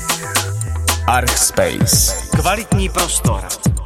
Archspace. Kvalitní prostor.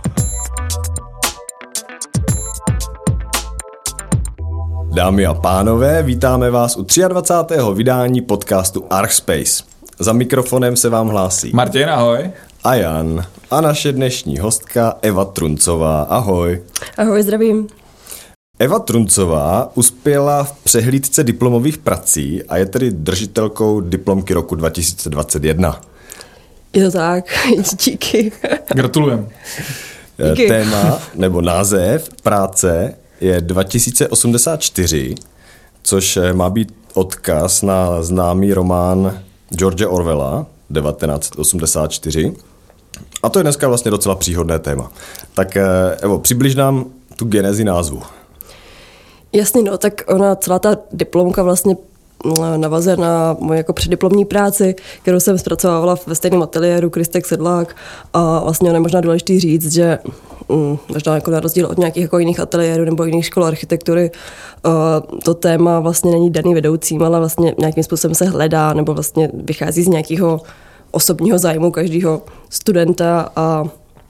Dámy a pánové, vítáme vás u 23. vydání podcastu Archspace. Za mikrofonem se vám hlásí Martin, ahoj. A Jan. A naše dnešní hostka Eva Truncová. Ahoj. Ahoj, zdravím. Eva Truncová uspěla v přehlídce diplomových prací a je tedy držitelkou diplomky roku 2021. Je to tak, díky. Gratulujem. Díky. Téma nebo název práce je 2084, což má být odkaz na známý román George Orwella 1984. A to je dneska vlastně docela příhodné téma. Tak Evo, přibliž nám tu genezi názvu. Jasně, no, tak ona celá ta diplomka vlastně navazuje na moji jako předdiplomní práci, kterou jsem zpracovávala ve stejném ateliéru Kristek Sedlák, a vlastně je možná důležitý říct, že možná jako na rozdíl od nějakých jako jiných ateliérů nebo jiných škol architektury, to téma vlastně není daný vedoucím, ale vlastně nějakým způsobem se hledá nebo vlastně vychází z nějakého osobního zájmu každého studenta a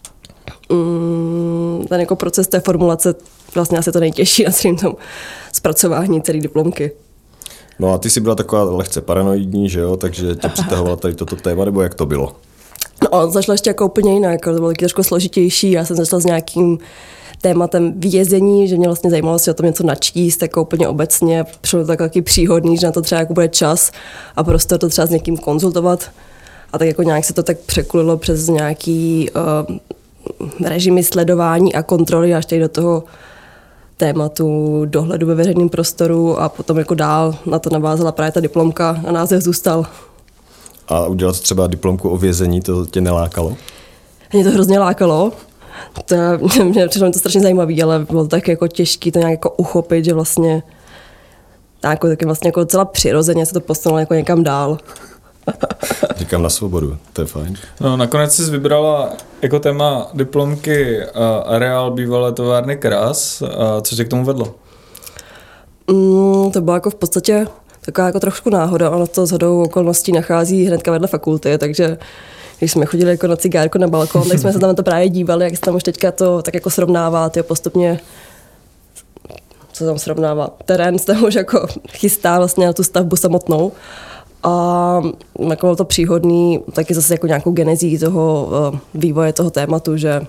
ten jako proces té formulace vlastně asi to nejtěžší na celém tom zpracování celé diplomky. No a ty jsi byla taková lehce paranoidní, že jo, takže tě přitahovala tady toto téma, nebo jak to bylo? No, začala ještě jako úplně jinak, to bylo taky trošku složitější, já jsem začala s nějakým tématem vězení, že mě vlastně zajímalo si o tom něco načíst, jako úplně obecně, přišlo to taky příhodný, že na to třeba jako bude čas a prostě to třeba s někým konzultovat a tak jako nějak se to tak překulilo přes nějaký režimy sledování a kontroly až tady do toho tématu dohledu ve veřejném prostoru a potom jako dál na to navázala právě ta diplomka a název zůstal. A udělat třeba diplomku o vězení, to tě nelákalo? Mě to hrozně lákalo. Mě přišlo to strašně zajímavý, ale bylo to tak jako těžké to nějak jako uchopit, že vlastně taky vlastně jako docela přirozeně se to posunulo jako někam dál. Říkám na svobodu, to je fajn. No, nakonec jsi vybrala jako téma diplomky areál bývalé továrny Kras. Co tě k tomu vedlo? To bylo jako v podstatě taková jako trošku náhoda. Ono to shodou okolností nachází hnedka vedle fakulty, takže když jsme chodili jako na cigárko na balkon, tak jsme se tam na to právě dívali, jak se tam už teďka to tak jako srovnává, postupně co tam srovnává. Terén se tam už jako chystá vlastně na tu stavbu samotnou. A jako bylo to příhodný, taky zase jako nějakou genezí toho vývoje toho tématu, že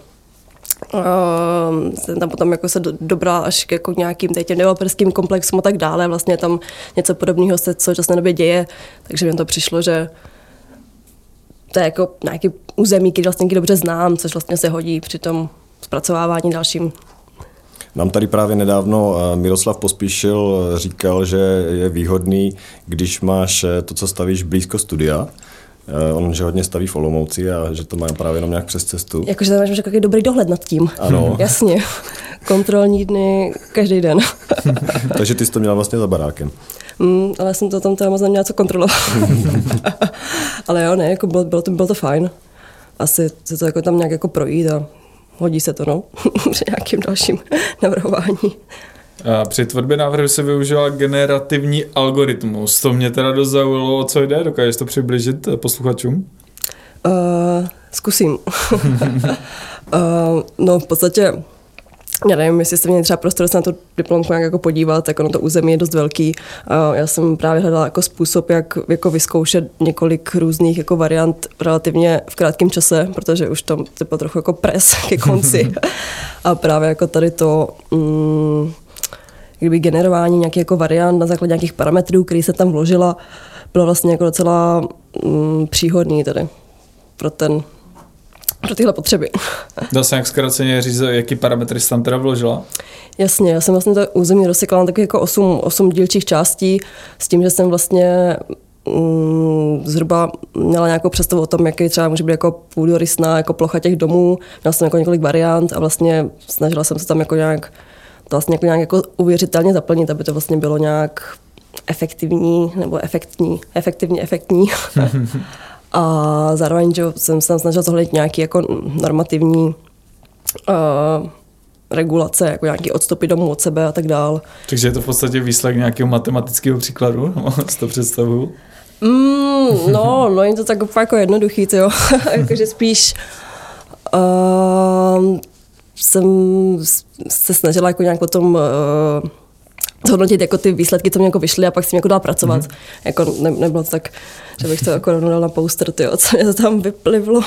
jsem tam potom jako se dobrala až k jako nějakým těm developerským komplexům a tak dále. Vlastně tam něco podobného se v současné době děje, takže mi to přišlo, že to je jako nějaký území, který vlastně dobře znám, což vlastně se hodí při tom zpracovávání dalším. Nám tady právě nedávno Miroslav Pospíšil říkal, že je výhodný, když máš to, co stavíš blízko studia. On, že hodně staví v Olomouci a že to má právě jenom nějak přes cestu. Jakože máš takový dobrý dohled nad tím. Ano. Jasně. Kontrolní dny každý den. Takže ty jsi to měla vlastně za barákem. Ale jsem to tam teda moc neměla co kontrolovat. Ale jo, ne, jako bylo to fajn. Asi se to jako tam nějak jako projít a hodí se to, no, při nějakým dalším navrhování. A při tvorbě návrhu se využila generativní algoritmus. To mě teda dost zaujalo, o co jde. Dokážeš to přiblížit posluchačům? Zkusím. No v podstatě, já nevím, jestli jste měli třeba prostor se na tu diplomku nějak jako podívat, tak ono to území je dost velký. Já jsem právě hledala jako způsob, jak jako vyzkoušet několik různých jako variant relativně v krátkém čase, protože už tam bylo trochu jako pres ke konci. A právě jako tady to kdyby generování nějakých jako variant na základě nějakých parametrů, který se tam vložila, bylo vlastně jako docela příhodný tady pro tyhle potřeby. Dá se nějak zkráceně říct, jaký parametry jsi tam teda vložila? Jasně, já jsem vlastně to území rozsekla na takových jako 8 dílčích částí s tím, že jsem vlastně zhruba měla nějakou představu o tom, jaký třeba může být jako půdorysná jako plocha těch domů. Měla jsem jako několik variant a vlastně snažila jsem se tam jako nějak to vlastně jako uvěřitelně zaplnit, aby to vlastně bylo nějak efektivní nebo efektní. A zároveň, že jsem se tam snažila zohlednit nějaký jako normativní regulace, jako nějaký odstupy domů od sebe a tak dál. Takže je to v podstatě výsledek nějakého matematického příkladu, si to představuju? No, je to tak úplně jako jednoduchý, jo. Jakože spíš jsem se snažila jako nějak potom zhodnotit jako ty výsledky, co mě jako vyšly a pak si mě jako dala pracovat. Jako nebylo to tak, že bych to jako rovnou dal na poster, tyjo, co mě to tam vyplivlo.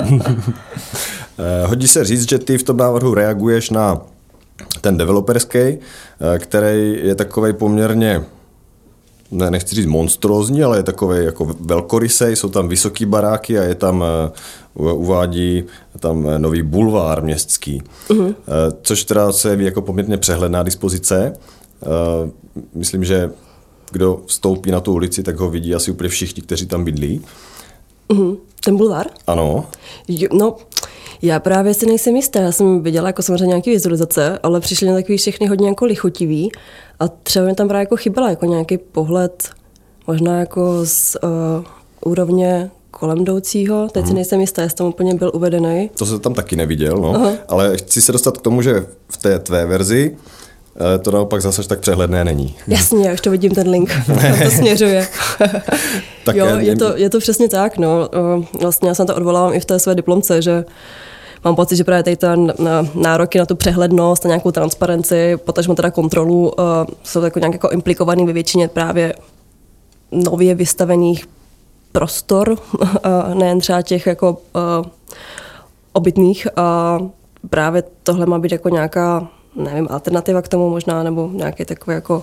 Hodí se říct, že ty v tom návrhu reaguješ na ten developerský, který je takovej poměrně, nechci říct monstrózní, ale je takovej jako velkorysej, jsou tam vysoký baráky a je tam, uvádí tam nový bulvár městský, což teda se jeví jako poměrně přehledná dispozice. Myslím, že kdo vstoupí na tu ulici, tak ho vidí asi úplně všichni, kteří tam bydlí. Ten bulvár? Ano. No, já právě si nejsem jistá. Já jsem viděla jako samozřejmě nějaké vizualizace, ale přišly mě takový všechny hodně jako lichotivý a třeba mi tam právě jako chyběla jako nějaký pohled, možná jako z úrovně kolem jdoucího. Teď si nejsem jistá, jestli tam úplně byl uvedený. To se tam taky neviděl, no. Ale chci se dostat k tomu, že v té tvé verzi to naopak zase tak přehledné není. Jasně, já už to vidím, ten link, to směřuje. Tak jo, je to přesně tak, no. Vlastně já se to odvolávám i v té své diplomce, že mám pocit, že právě tady ten nároky na tu přehlednost a nějakou transparenci, potažmo teda kontrolu, jsou jako nějak jako implikovaný ve většině právě nově vystavených prostor, nejen třeba těch jako obytných. A právě tohle má být jako nějaká, nevím, alternativa k tomu možná, nebo nějaký takový jako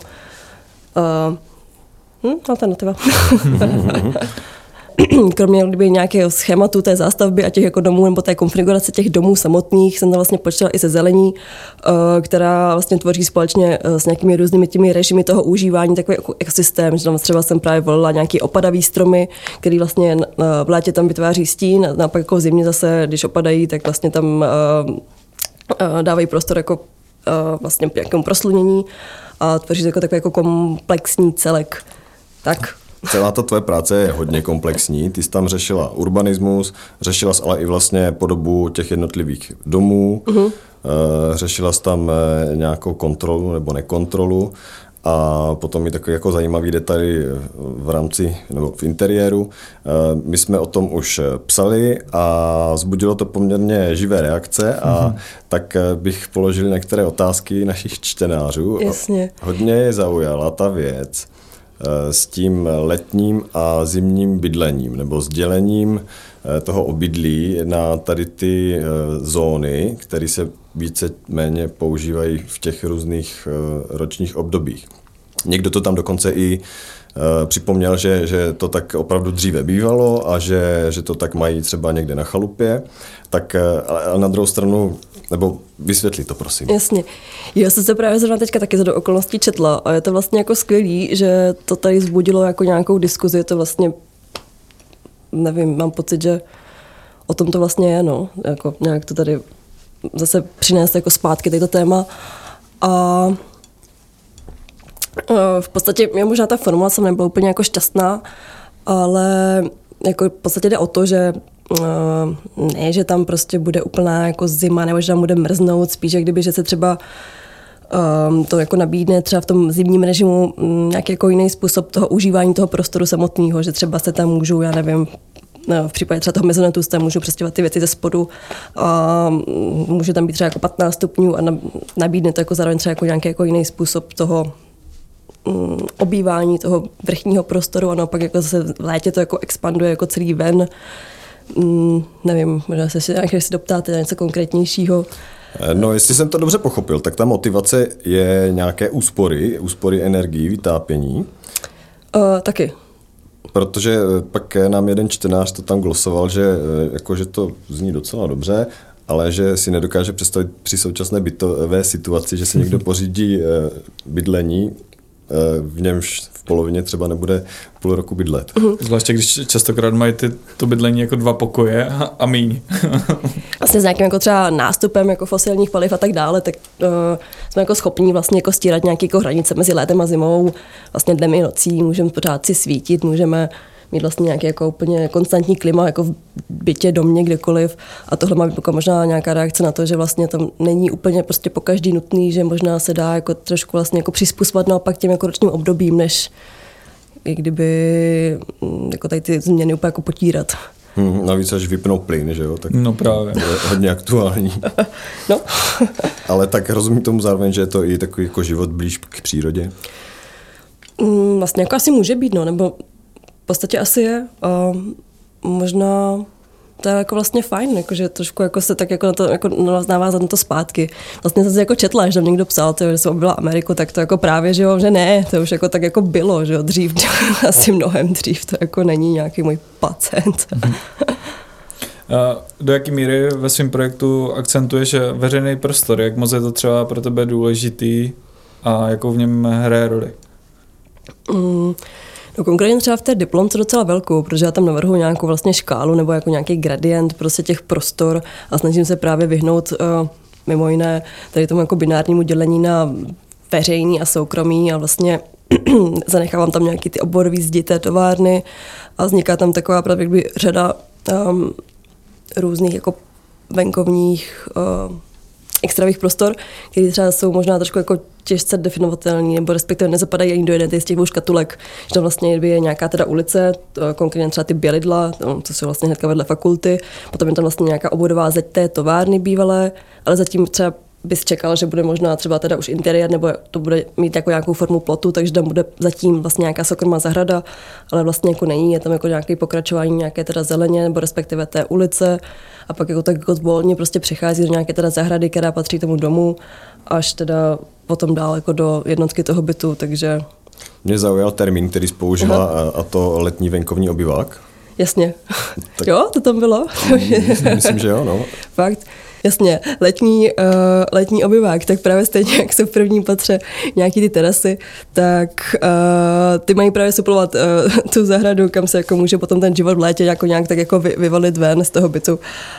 alternativa. Kromě kdyby nějakého schématu té zástavby a těch jako domů nebo té konfigurace těch domů samotných jsem tam vlastně počítala i se zelení, která vlastně tvoří společně s nějakými různými těmi režimy toho užívání takový jako ekosystém, že tam třeba jsem právě volila nějaký opadavý stromy, který vlastně v létě tam vytváří stín a pak jako v zimě zase, když opadají, tak vlastně tam dávají prostor jako vlastně nějakému proslunění a tvoří jako takový jako komplexní celek. Tak. Celá ta tvoje práce je hodně komplexní. Ty jsi tam řešila urbanismus, řešila jsi ale i vlastně podobu těch jednotlivých domů, řešila jsi tam nějakou kontrolu nebo nekontrolu a potom i takový jako zajímavý detaily v rámci nebo v interiéru. My jsme o tom už psali a vzbudilo to poměrně živé reakce a tak bych položil některé otázky našich čtenářů. Jasně. Hodně je zaujala ta věc s tím letním a zimním bydlením nebo sdělením toho obydlí na tady ty zóny, které se víceméně používají v těch různých ročních obdobích. Někdo to tam dokonce i připomněl, že to tak opravdu dříve bývalo a že to tak mají třeba někde na chalupě, tak ale na druhou stranu, nebo vysvětli to, prosím. Jasně. Já jsem se právě zrovna teďka taky do okolností četla a je to vlastně jako skvělý, že to tady vzbudilo jako nějakou diskuzi, je to vlastně, nevím, mám pocit, že o tom to vlastně je, no, jako nějak to tady zase přinést jako zpátky tato téma a v podstatě možná ta formulace nebyla úplně jako šťastná, ale jako v podstatě jde o to, že ne, že tam prostě bude úplná jako zima, nebo že tam bude mrznout, spíš, kdyby, že se třeba to jako nabídne třeba v tom zimním režimu nějaký jako jiný způsob toho užívání toho prostoru samotného, že třeba se tam můžou, já nevím, v případě třeba toho mezonetu se tam můžou přestěhovat ty věci ze spodu a může tam být třeba jako 15 stupňů a nabídne to jako zároveň třeba jako nějaký jako jiný způsob toho obývání toho vrchního prostoru a naopak jako zase v létě to jako expanduje jako celý ven. Nevím, možná se nějak, si doptáte na něco konkrétnějšího. No, jestli jsem to dobře pochopil, tak ta motivace je nějaké úspory energií, vytápění. Taky. Protože pak nám jeden čtenář to tam glosoval, že to zní docela dobře, ale že si nedokáže představit při současné bytové situaci, že se někdo pořídí bydlení, v němž v polovině třeba nebude půl roku bydlet. Zvláště když častokrát mají to bydlení jako 2 pokoje a míň. Vlastně s nějakým jako třeba nástupem jako fosilních paliv a tak dále, tak jsme jako schopní vlastně jako stírat nějaké jako hranice mezi létem a zimou, vlastně dnem i nocí, můžeme pořád si svítit, můžeme mít vlastně nějaký jako úplně konstantní klima jako v bytě, domě, kdekoliv. A tohle má být možná nějaká reakce na to, že vlastně tam není úplně prostě po každý nutný, že možná se dá jako trošku vlastně jako přizpůsobit naopak těm jako ročním obdobím, než i kdyby jako tady ty změny úplně jako potírat. Navíc až vypnou plyn, že jo? Tak no právě. To je hodně aktuální. No. Ale tak rozumím tomu zároveň, že je to i takový jako život blíž k přírodě? Vlastně jako asi může být, no, nebo v podstatě asi je. Možná to je jako vlastně fajn, jako, že trošku jako se tak jako na to jako navázat na to zpátky. Vlastně jsem si jako četla, že tam někdo psal, že jsem objevila Ameriku, tak to jako právě, že jo, že ne, to už jako tak jako bylo, že jo, dřív, asi mnohem dřív, to jako není nějaký můj pacient. Do jaké míry ve svém projektu akcentuješ veřejný prostor? Jak moc je to třeba pro tebe důležitý a jakou v něm hraje roli? No konkrétně třeba v té diplomce docela velkou, protože já tam navrhuji nějakou vlastně škálu nebo jako nějaký gradient prostě těch prostor a snažím se právě vyhnout mimo jiné tady tomu jako binárnímu dělení na veřejný a soukromý a vlastně zanechávám tam nějaký ty oborový zdi té továrny a vzniká tam taková právě řada různých jako venkovních extravých prostor, které třeba jsou možná trošku jako těžce definovatelný, nebo respektive nezapadají ani do jedné z těch dvou škatulek, že tam vlastně je nějaká teda ulice, konkrétně třeba ty Bělidla, to jsou vlastně hnedka vedle fakulty, potom je tam vlastně nějaká obvodová zeď té továrny bývalé, ale zatím třeba bys čekal, že bude možná třeba teda už interiér, nebo to bude mít jako nějakou formu plotu, takže tam bude zatím vlastně nějaká soukromá zahrada, ale vlastně jako není, je tam jako nějaké pokračování nějaké teda zeleně, nebo respektive té ulice a pak jako tak jako volně prostě přichází do nějaké teda zahrady, která patří tomu domu, až teda potom dál jako do jednotky toho bytu, takže... Mě zaujal termín, který jsi použila, a to letní venkovní obyvák. Jasně. Tak... Jo, to tam bylo? Myslím, že jo, no. Fakt. Jasně, letní obyvák, tak právě stejně, jak jsou v prvním patře nějaký ty terasy, tak ty mají právě suplovat tu zahradu, kam se jako může potom ten život v létě jako nějak tak jako vyvalit ven z toho bytu.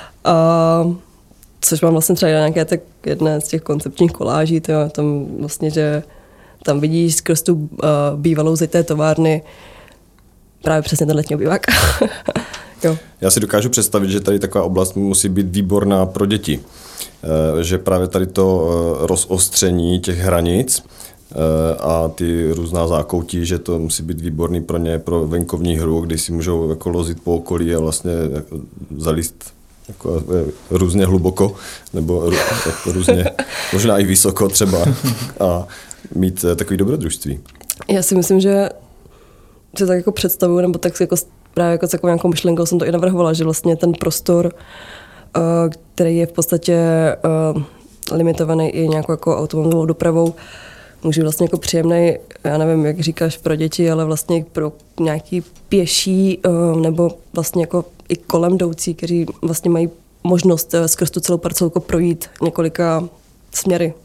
Což mám vlastně třeba nějaké tak jedné z těch koncepčních koláží, tam vlastně, že tam vidíš skrz tu bývalou zeď té továrny právě přesně ten letní obyvák. Jo. Já si dokážu představit, že tady taková oblast musí být výborná pro děti. Že právě tady to rozostření těch hranic a ty různá zákoutí, že to musí být výborný pro ně, pro venkovní hru, kdy si můžou jako lozit po okolí a vlastně zalíst jako různě hluboko, nebo různě, možná i vysoko třeba a mít takový dobrodružství. Já si myslím, že si tak jako představuju, nebo tak jako právě jako s takovou nějakou myšlenkou jsem to i navrhovala, že vlastně ten prostor, který je v podstatě limitovaný i nějakou jako automobilovou dopravou, může vlastně jako příjemný, já nevím, jak říkáš, pro děti, ale vlastně pro nějaký pěší nebo vlastně jako i kolem jdoucí, kteří vlastně mají možnost skrz tu celou parcelku projít několika směry.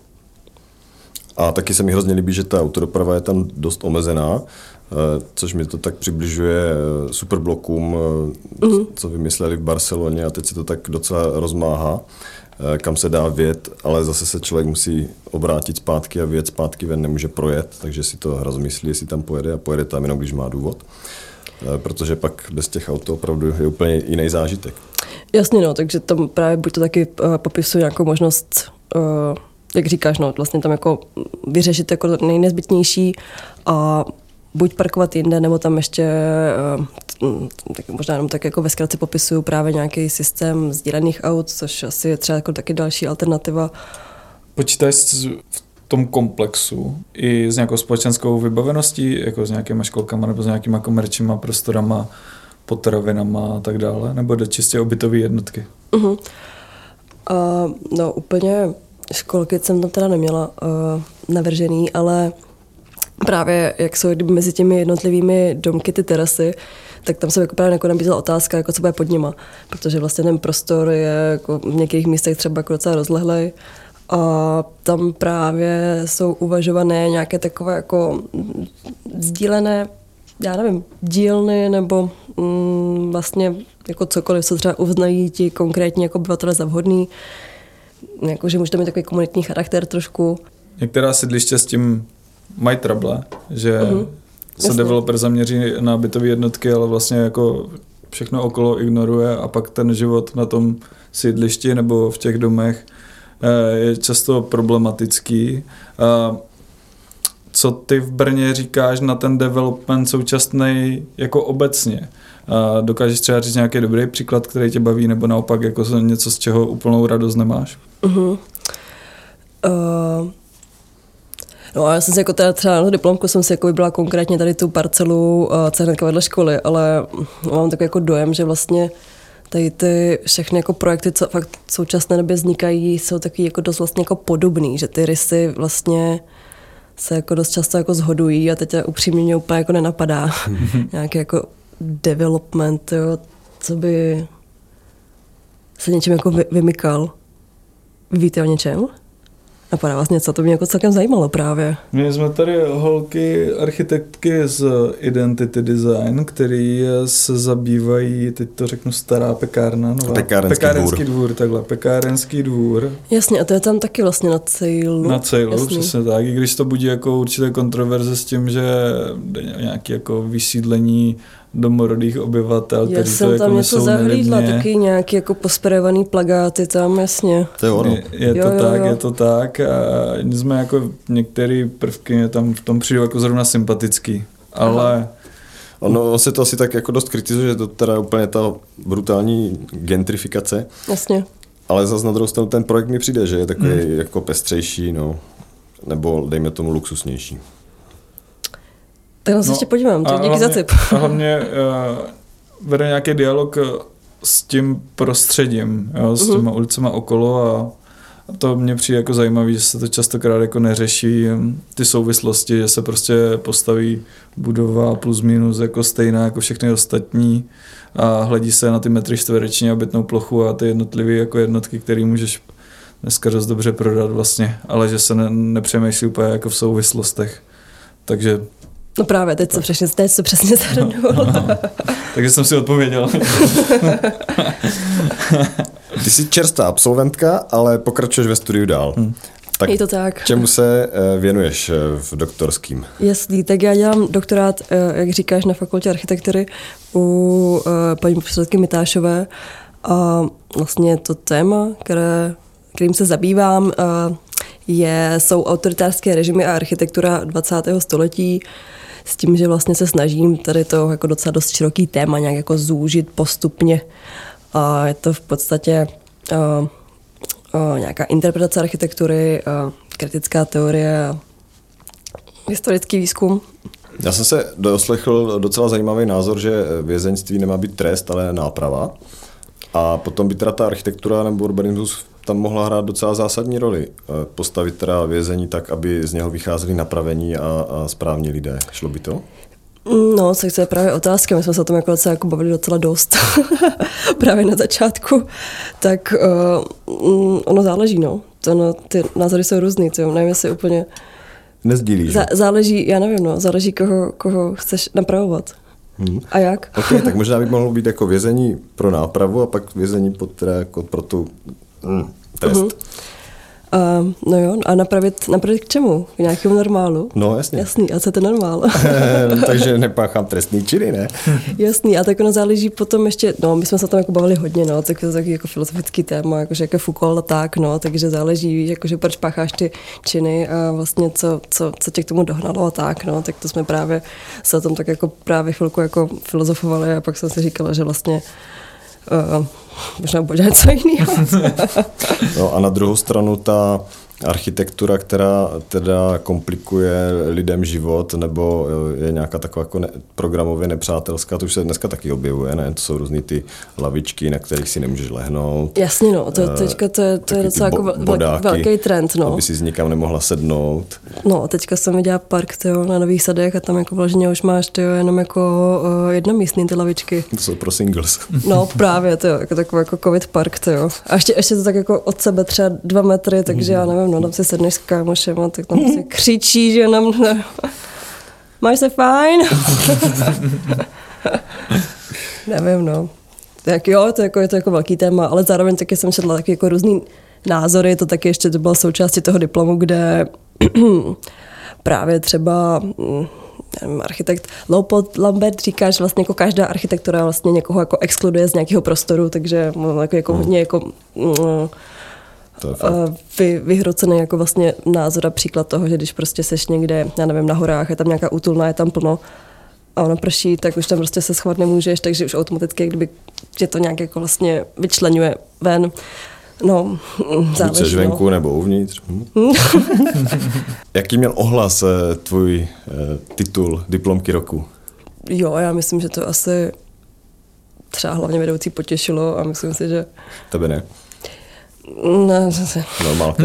A taky se mi hrozně líbí, že ta autodoprava je tam dost omezená, což mi to tak přibližuje superblokům, co vymysleli v Barceloně a teď se to tak docela rozmáhá, kam se dá vjet, ale zase se člověk musí obrátit zpátky a vjet zpátky ven nemůže projet, takže si to rozmyslí, jestli tam pojede a pojede tam jenom, když má důvod, protože pak bez těch aut opravdu je úplně jiný zážitek. Jasně, no, takže tam právě buď to taky popisuje nějakou možnost, jak říkáš, no, vlastně tam jako vyřešit jako nejnezbytnější a buď parkovat jinde, nebo tam ještě, tak možná jenom tak jako ve zkratce popisuju právě nějaký systém sdílených aut, což asi je třeba jako taky další alternativa. Počítáš v tom komplexu i s nějakou společenskou vybaveností, jako s nějakýma školkama nebo s nějakýma komerčníma prostorama, potravinama a tak dále, nebo do čistě obytové jednotky? No úplně školky jsem tam teda neměla navržený, ale právě jak jsou mezi těmi jednotlivými domky ty terasy, tak tam se jako právě nabízela otázka, jako co bude pod nima, protože vlastně ten prostor je jako v některých místech třeba jako docela rozlehlej a tam právě jsou uvažované nějaké takové jako sdílené, já nevím, dílny nebo vlastně jako cokoliv, co třeba uznají ti konkrétní jako obyvatele za vhodný, jako, že může to mít takový komunitní charakter trošku. Některá sídliště s tím mají trable, že se developer zaměří na bytové jednotky, ale vlastně jako všechno okolo ignoruje a pak ten život na tom sídlišti nebo v těch domech je často problematický. co ty v Brně říkáš na ten development současný jako obecně. Dokážeš třeba říct nějaký dobrý příklad, který tě baví, nebo naopak jako něco, z čeho úplnou radost nemáš? No a já jsem si jako třeba na diplomku jsem si jako vybila konkrétně tady tu parcelu hnedka vedle školy, ale mám takový jako dojem, že vlastně tady ty všechny jako projekty, co fakt v současné době vznikají, jsou takový jako dost vlastně jako podobný, že ty rysy vlastně se jako dost často jako shodují a teď upřímně mě úplně jako nenapadá nějaký jako development, jo, co by se něčem jako vymykal. Víte o něčem? Napadá vás něco, to mě jako celkem zajímalo právě. My jsme tady holky, architektky z Identity Design, který se zabývají, teď to řeknu, stará pekárna. Pekárenský dvůr, takhle, pekárenský dvůr. Jasně, a to je tam taky vlastně na Cejlu. Na Cejlu, přesně tak, i když to budí jako určité kontroverze s tím, že nějaké jako vysídlení domorodých obyvatel, kteří to jako nesou nelidně. Já jsem tam něco zahlídla, taky nějaký jako posprejovaný plagáty tam, jasně. To je ono. Je to tak a jsme jako některé prvky mě tam v tom přijdou jako zrovna sympatický, ale... Ono se to asi tak jako dost kritizuje, že to teda je úplně ta brutální gentrifikace. Jasně. Ale zase na druhou stranu ten projekt mi přijde, že je takový jako pestřejší, no, nebo dejme tomu luxusnější. Tak se ještě podívám, to díky za tip. A hlavně vede nějaký dialog s tím prostředím, jo, s těma ulicema okolo a to mě přijde jako zajímavý, že se to častokrát jako neřeší ty souvislosti, že se prostě postaví budova plus minus jako stejná jako všechny ostatní a hledí se na ty metry čtvereční a obytnou plochu a ty jednotlivé jako jednotky, které můžeš dneska dost dobře prodat vlastně, ale že se nepřemýšlí úplně jako v souvislostech. Takže no právě, teď se přesně zahrnul. Takže jsem si odpověděl. Ty jsi čerstvá absolventka, ale pokračuješ ve studiu dál. Tak je to tak. Čemu se věnuješ v doktorským? Jasný, tak já dělám doktorát, jak říkáš, na fakultě architektury u paní profesorky Mitášové a vlastně to téma, kterým se zabývám, jsou autoritářské režimy a architektura 20. století, s tím, že vlastně se snažím tady to jako docela dost široký téma nějak jako zúžit postupně. A je to v podstatě nějaká interpretace architektury, kritická teorie, historický výzkum. Já jsem se doslechl docela zajímavý názor, že vězeňství nemá být trest, ale náprava. A potom by teda ta architektura nebo urbanismus tam mohla hrát docela zásadní roli. Postavit teda vězení tak, aby z něho vycházeli napravení a správní lidé. Šlo by to? No, to je právě otázka. My jsme se o tom jako bavili docela dost právě na začátku. Tak ono záleží, no. Ty názory jsou různý, nevím, jestli úplně... Nezdílíš. Záleží, já nevím, no, záleží, koho chceš napravovat. A jak? Ok, tak možná by mohlo být jako vězení pro nápravu a pak vězení jako pro tu trest. No jo, a napravit k čemu? K nějakému normálu? No, jasně. Jasný, a co je to normál? Takže nepáchám trestný činy, ne? Jasný, a tak ono záleží potom ještě, no, my jsme se tam jako bavili hodně, no, tak to je takový jako filozofický téma, jakože jako Foucault a tak, no, takže záleží, jakože proč pácháš ty činy a vlastně co tě k tomu dohnalo a tak, no, tak to jsme právě se o tom tak jako právě chvilku jako filozofovali a pak jsem si říkala, že vlastně možná bude něco jiného. No a na druhou stranu ta architektura, která teda komplikuje lidem život, nebo je nějaká taková jako programově nepřátelská, to už se dneska taky objevuje, ne? To jsou různý ty lavičky, na kterých si nemůžeš lehnout. Jasně, no, teďka to je docela jako velký trend, no. Aby si nikam nemohla sednout. No, teďka jsem viděla park, tyjo, na Nových Sadech a tam jako vloženě už máš, tyjo, jenom jako jednomístný ty lavičky. To jsou pro singles. No, právě, tyjo, jako takový jako covid park, tyjo. A ještě to tak jako od sebe třeba 2 metry, takže já nevím, no, tam si sedneš s kámošem a tak tam si křičí, že nám máš se fajn? Nevím, no. Tak jo, je to jako velký téma, ale zároveň taky jsem četla taky jako různý názory, to taky ještě to bylo součástí toho diplomu, kde právě třeba architekt Leopold Lambert říká, že vlastně jako každá architektura vlastně někoho jako exkluduje z nějakého prostoru, takže jako hodně jako To je fakt. Vyhrocený jako vlastně názor a příklad toho, že když prostě seš někde, já nevím, na horách, je tam nějaká útulná, je tam plno a ono prší, tak už tam prostě se schovat nemůžeš, takže už automaticky, kdyby tě to nějak jako vlastně vyčleňuje ven. No, záleží. Buď seš venku nebo uvnitř. Jaký měl ohlas tvůj titul diplomky roku? Jo, já myslím, že to asi třeba hlavně vedoucí potěšilo a myslím si, že... Tebe ne? Ne, zase. Normálka.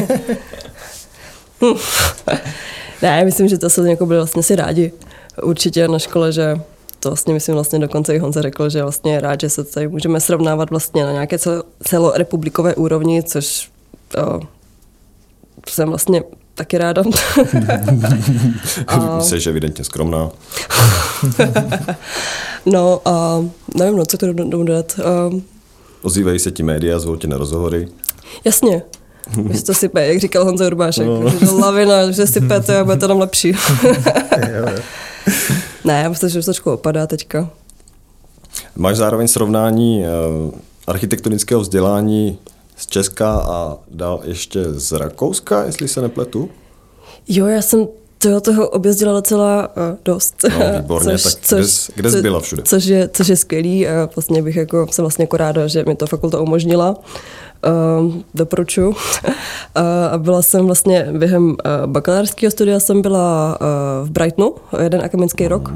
Ne, myslím, že to se jako byli vlastně si rádi. Určitě na škole, že to vlastně myslím vlastně dokonce i Honza řekl, že vlastně je rád, že se tady můžeme srovnávat vlastně na nějaké celorepublikové úrovni, což jsem vlastně taky ráda. Jsi evidentně skromná. No a nevím, no, co to domů dodat. Ozývají se ti média, zvou tě na rozhovory. Jasně. Už to sype, jak říkal Honza Urbášek. No. Lavina, že sype to a bude to tam lepší. Ne, protože už trošku opadá teďka. Máš zároveň srovnání architektonického vzdělání z Česka a dál ještě z Rakouska, jestli se nepletu? Jo, já jsem toho objezdila docela dost. No, výborně, tak kde jsi byla všude? Což je skvělý a vlastně jsem vlastně jako ráda, že mi to fakulta umožnila. Doporučuji. A byla jsem vlastně během bakalářského studia jsem byla v Brightonu, jeden akademický rok,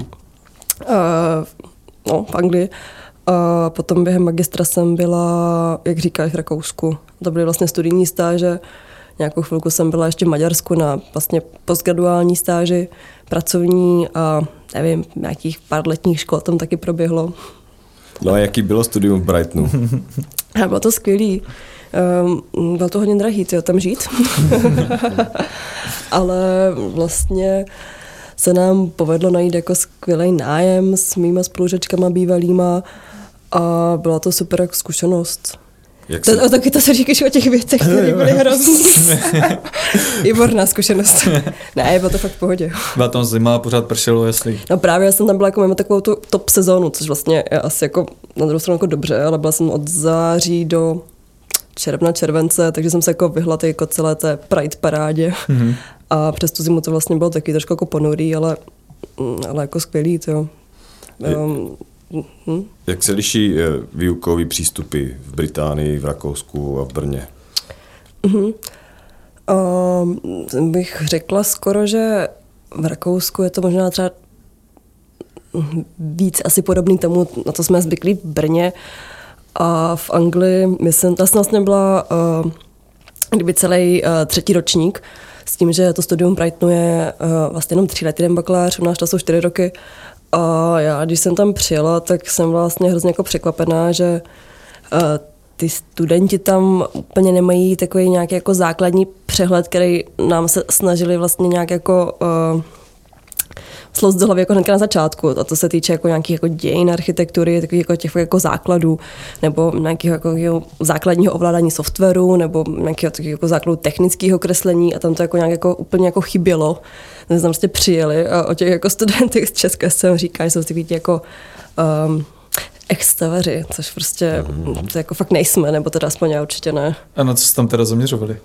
v Anglii. A potom během magistra jsem byla, jak říkáš, v Rakousku. To byly vlastně studijní stáže. Nějakou chvilku jsem byla ještě v Maďarsku na vlastně postgraduální stáži, pracovní a nevím, nějakých pár letních škol tam taky proběhlo. No a jaký bylo studium v Brightonu? Bylo to skvělý. Bylo to hodně drahý, tam žít. Ale vlastně se nám povedlo najít jako skvělý nájem s mýma spolužačkama bývalýma a byla to super jako zkušenost. Taky to se říkáš o těch věcech, které byly hrozný. Výborná zkušenost. Ne, bylo to fakt v pohodě. Byla tam zima, pořád pršelo, jestli. No právě já jsem tam byla jako mimo takovou tu top sezónu, což vlastně je asi jako na druhou stranu jako dobře, ale byla jsem od září do července, takže jsem se jako vyhla jako celé té Pride parádě. Mm-hmm. A přes tu zimu to vlastně bylo taky trošku jako ponurý, ale jako skvělý, to. Jak se liší výukový přístupy v Británii, v Rakousku a v Brně? Bych řekla skoro, že v Rakousku je to možná třeba víc asi podobný tomu, na co jsme zvyklí v Brně. A v Anglii, myslím, ta vlastně byla kdyby celý třetí ročník, s tím, že to studium Brightonu je vlastně jenom 3 lety, jeden bakalář, u nás to jsou 4 roky. A já, když jsem tam přijela, tak jsem vlastně hrozně jako překvapená, že ty studenti tam úplně nemají takový nějaký jako základní přehled, který nám se snažili vlastně nějak jako slost do hlavy jako hnedka na začátku. A to se týče jako nějakých jako dějin architektury, takových jako těch jako základů, nebo nějakého jako základního ovládání softwaru, nebo nějakého jako základu technického kreslení a tam to jako nějak jako úplně jako chybělo. My jsme tam prostě přijeli a o těch jako studentech z Česka jsem říká, že jsou takový jako extavaři, což prostě to jako fakt nejsme, nebo teda aspoň já určitě ne. A na co jste tam teda zaměřovali?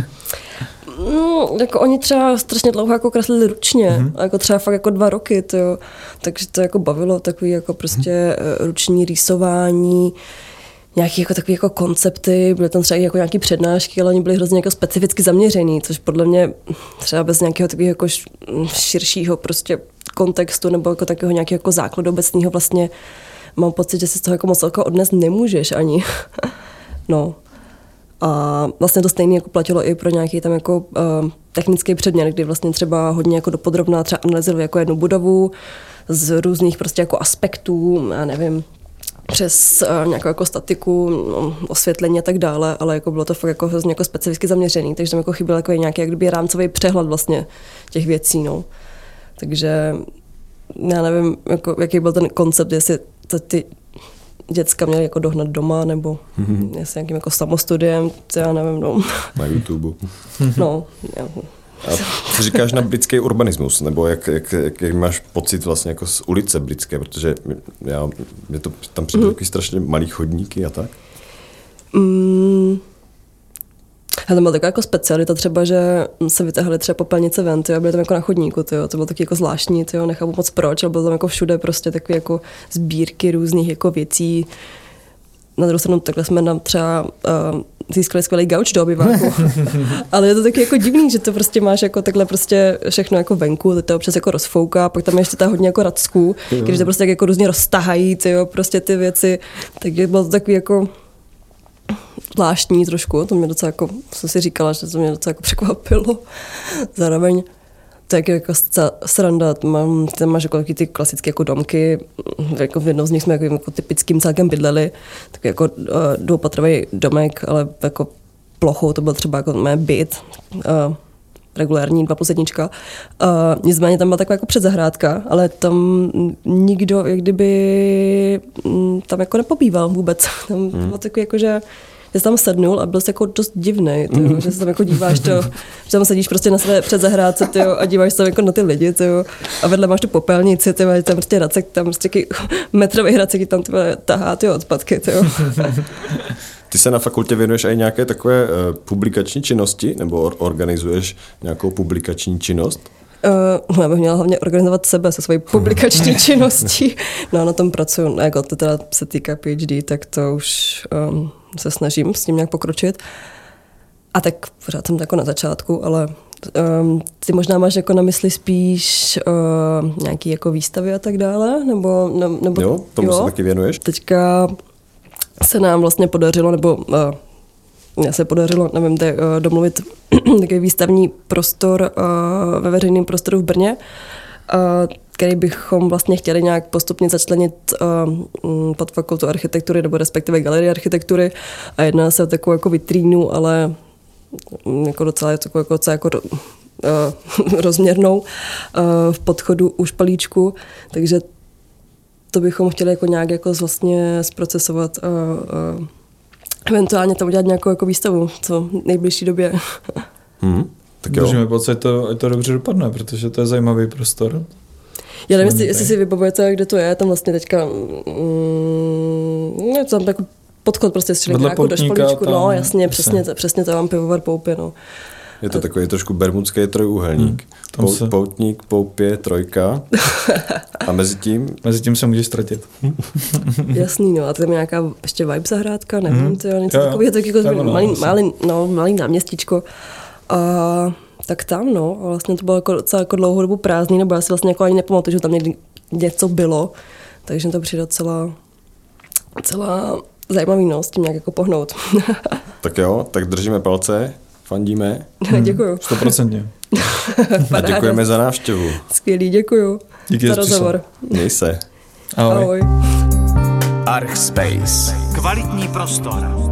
Jako oni třeba strašně dlouho jako kreslili ručně, jako třeba fakt jako 2 roky, takže to jako bavilo, takový jako prostě ruční rýsování, nějaký jako takový jako koncepty, byly tam třeba jako nějaký přednášky, ale oni byli hrozně jako specificky zaměřený, což podle mě třeba bez nějakého takového jako širšího prostě kontextu nebo jako takového nějakého jako základu obecného vlastně mám pocit, že si z toho jako moc jako odnes nemůžeš ani. No. A vlastně to stejné jako platilo i pro nějaký tam jako technický předmět, kdy vlastně třeba hodně jako dopodrobná třeba analyzovali jako jednu budovu z různých prostě jako aspektů, já nevím, přes nějakou jako statiku, osvětlení a tak dále, ale jako bylo to fakt jako hrozně jako specificky zaměřený, takže tam jako chyběl jako nějaký jak kdyby rámcový přehled vlastně těch věcí, no. Takže já nevím, jako, jaký byl ten koncept, jestli ty děcka měli jako dohnat doma, nebo jestli nějakým jako samostudiem, to já nevím, no. Na YouTube. No. A co říkáš na britský urbanismus, nebo jak máš pocit vlastně jako z ulice britské, protože mě to tam přijde takový strašně malý chodníky a tak? A tam byla taková jako specialita třeba, že se vytáhly třeba popelnice ven, tyjo, a byly tam jako na chodníku, tyjo. To bylo taky jako zvláštní, tyjo, nechápu moc proč, ale bylo tam jako všude prostě takové jako sbírky různých jako věcí. Na druhou stranu takhle jsme nám třeba získali skvělý gauč do obyváku. Ale je to taky jako divný, že to prostě máš jako takhle prostě všechno jako venku, to občas jako rozfouká, pak tam je ještě ta hodně jako racků, když to prostě tak jako různě roztahají, tyjo, prostě ty věci, takže bylo to takový jako zvláštní trošku, to mě docela jako, jsem si říkala, že to mě docela jako překvapilo. Zároveň to je jako sranda, tam máš jako ty klasické jako domky, jako v jednou z nich jsme jako typickým celkem bydleli, tak jako dvoupatrový domek, ale jako plochou, to byl třeba jako mé byt, regulární 2+1. Nicméně tam byla taková jako předzahrádka, ale tam nikdo, jak kdyby tam jako nepobýval vůbec. Tam bylo takový jako, že jsi tam sednul a byl jsi jako dost divnej, že se tam jako díváš, že tam sedíš prostě na své předzahrádce a díváš se tam jako na ty lidi a vedle máš tu popelnici, tam prostě racek, tam prostě metrový racek, tam tahá odpadky. Ty se na fakultě věnuješ i nějaké takové publikační činnosti, nebo organizuješ nějakou publikační činnost? Já bych měla hlavně organizovat sebe se svojí publikační činností. No, na tom pracuju, jako to teda se týká PhD, tak to už se snažím s tím nějak pokročit. A tak pořád jsem jako na začátku, ale ty možná máš jako na mysli spíš nějaký jako výstavy a tak dále? Nebo jo, tomu se taky věnuješ? Teďka se nám vlastně podařilo, nebo mně se podařilo, nevím, domluvit takový výstavní prostor ve veřejném prostoru v Brně, který bychom vlastně chtěli nějak postupně začlenit pod fakultu architektury nebo respektive galerii architektury a jedná se o takovou jako vitrínu, ale jako docela rozměrnou v podchodu u špalíčku, takže to bychom chtěli jako nějak jako vlastně zprocesovat a eventuálně tam udělat nějakou jako výstavu v nejbližší době. Tak jo. Držíme pocit, ať to dobře dopadne, protože to je zajímavý prostor. Já nevím, jestli si vybavujete, kde to je, tam vlastně teďka tam jako podchod prostě s jako do špalíčku, no jasně, přesně to mám pivovar Poupě, no. Je to takový trošku bermudský trojúhelník. Poutník, Poupě, trojka. A mezi tím se můžeš ztratit. Jasný, no. A tam je nějaká ještě vibe zahrádka, nevím, něco takového, tak jako malý náměstíčko. A tak tam, no. A vlastně to bylo jako docela jako dlouhou dobu prázdný, nebo já si vlastně jako ani nepamatuju, že tam někdy něco bylo. Takže to přijde celá zajímavý, no, s tím nějak jako pohnout. Tak jo, tak držíme palce. Fandíme. Děkuju. 100%. A děkujeme za návštěvu. Skvělý, děkuju. Díky za rozhovor. Měj se. Ahoj. Ahoj. Archspace. Kvalitní prostor.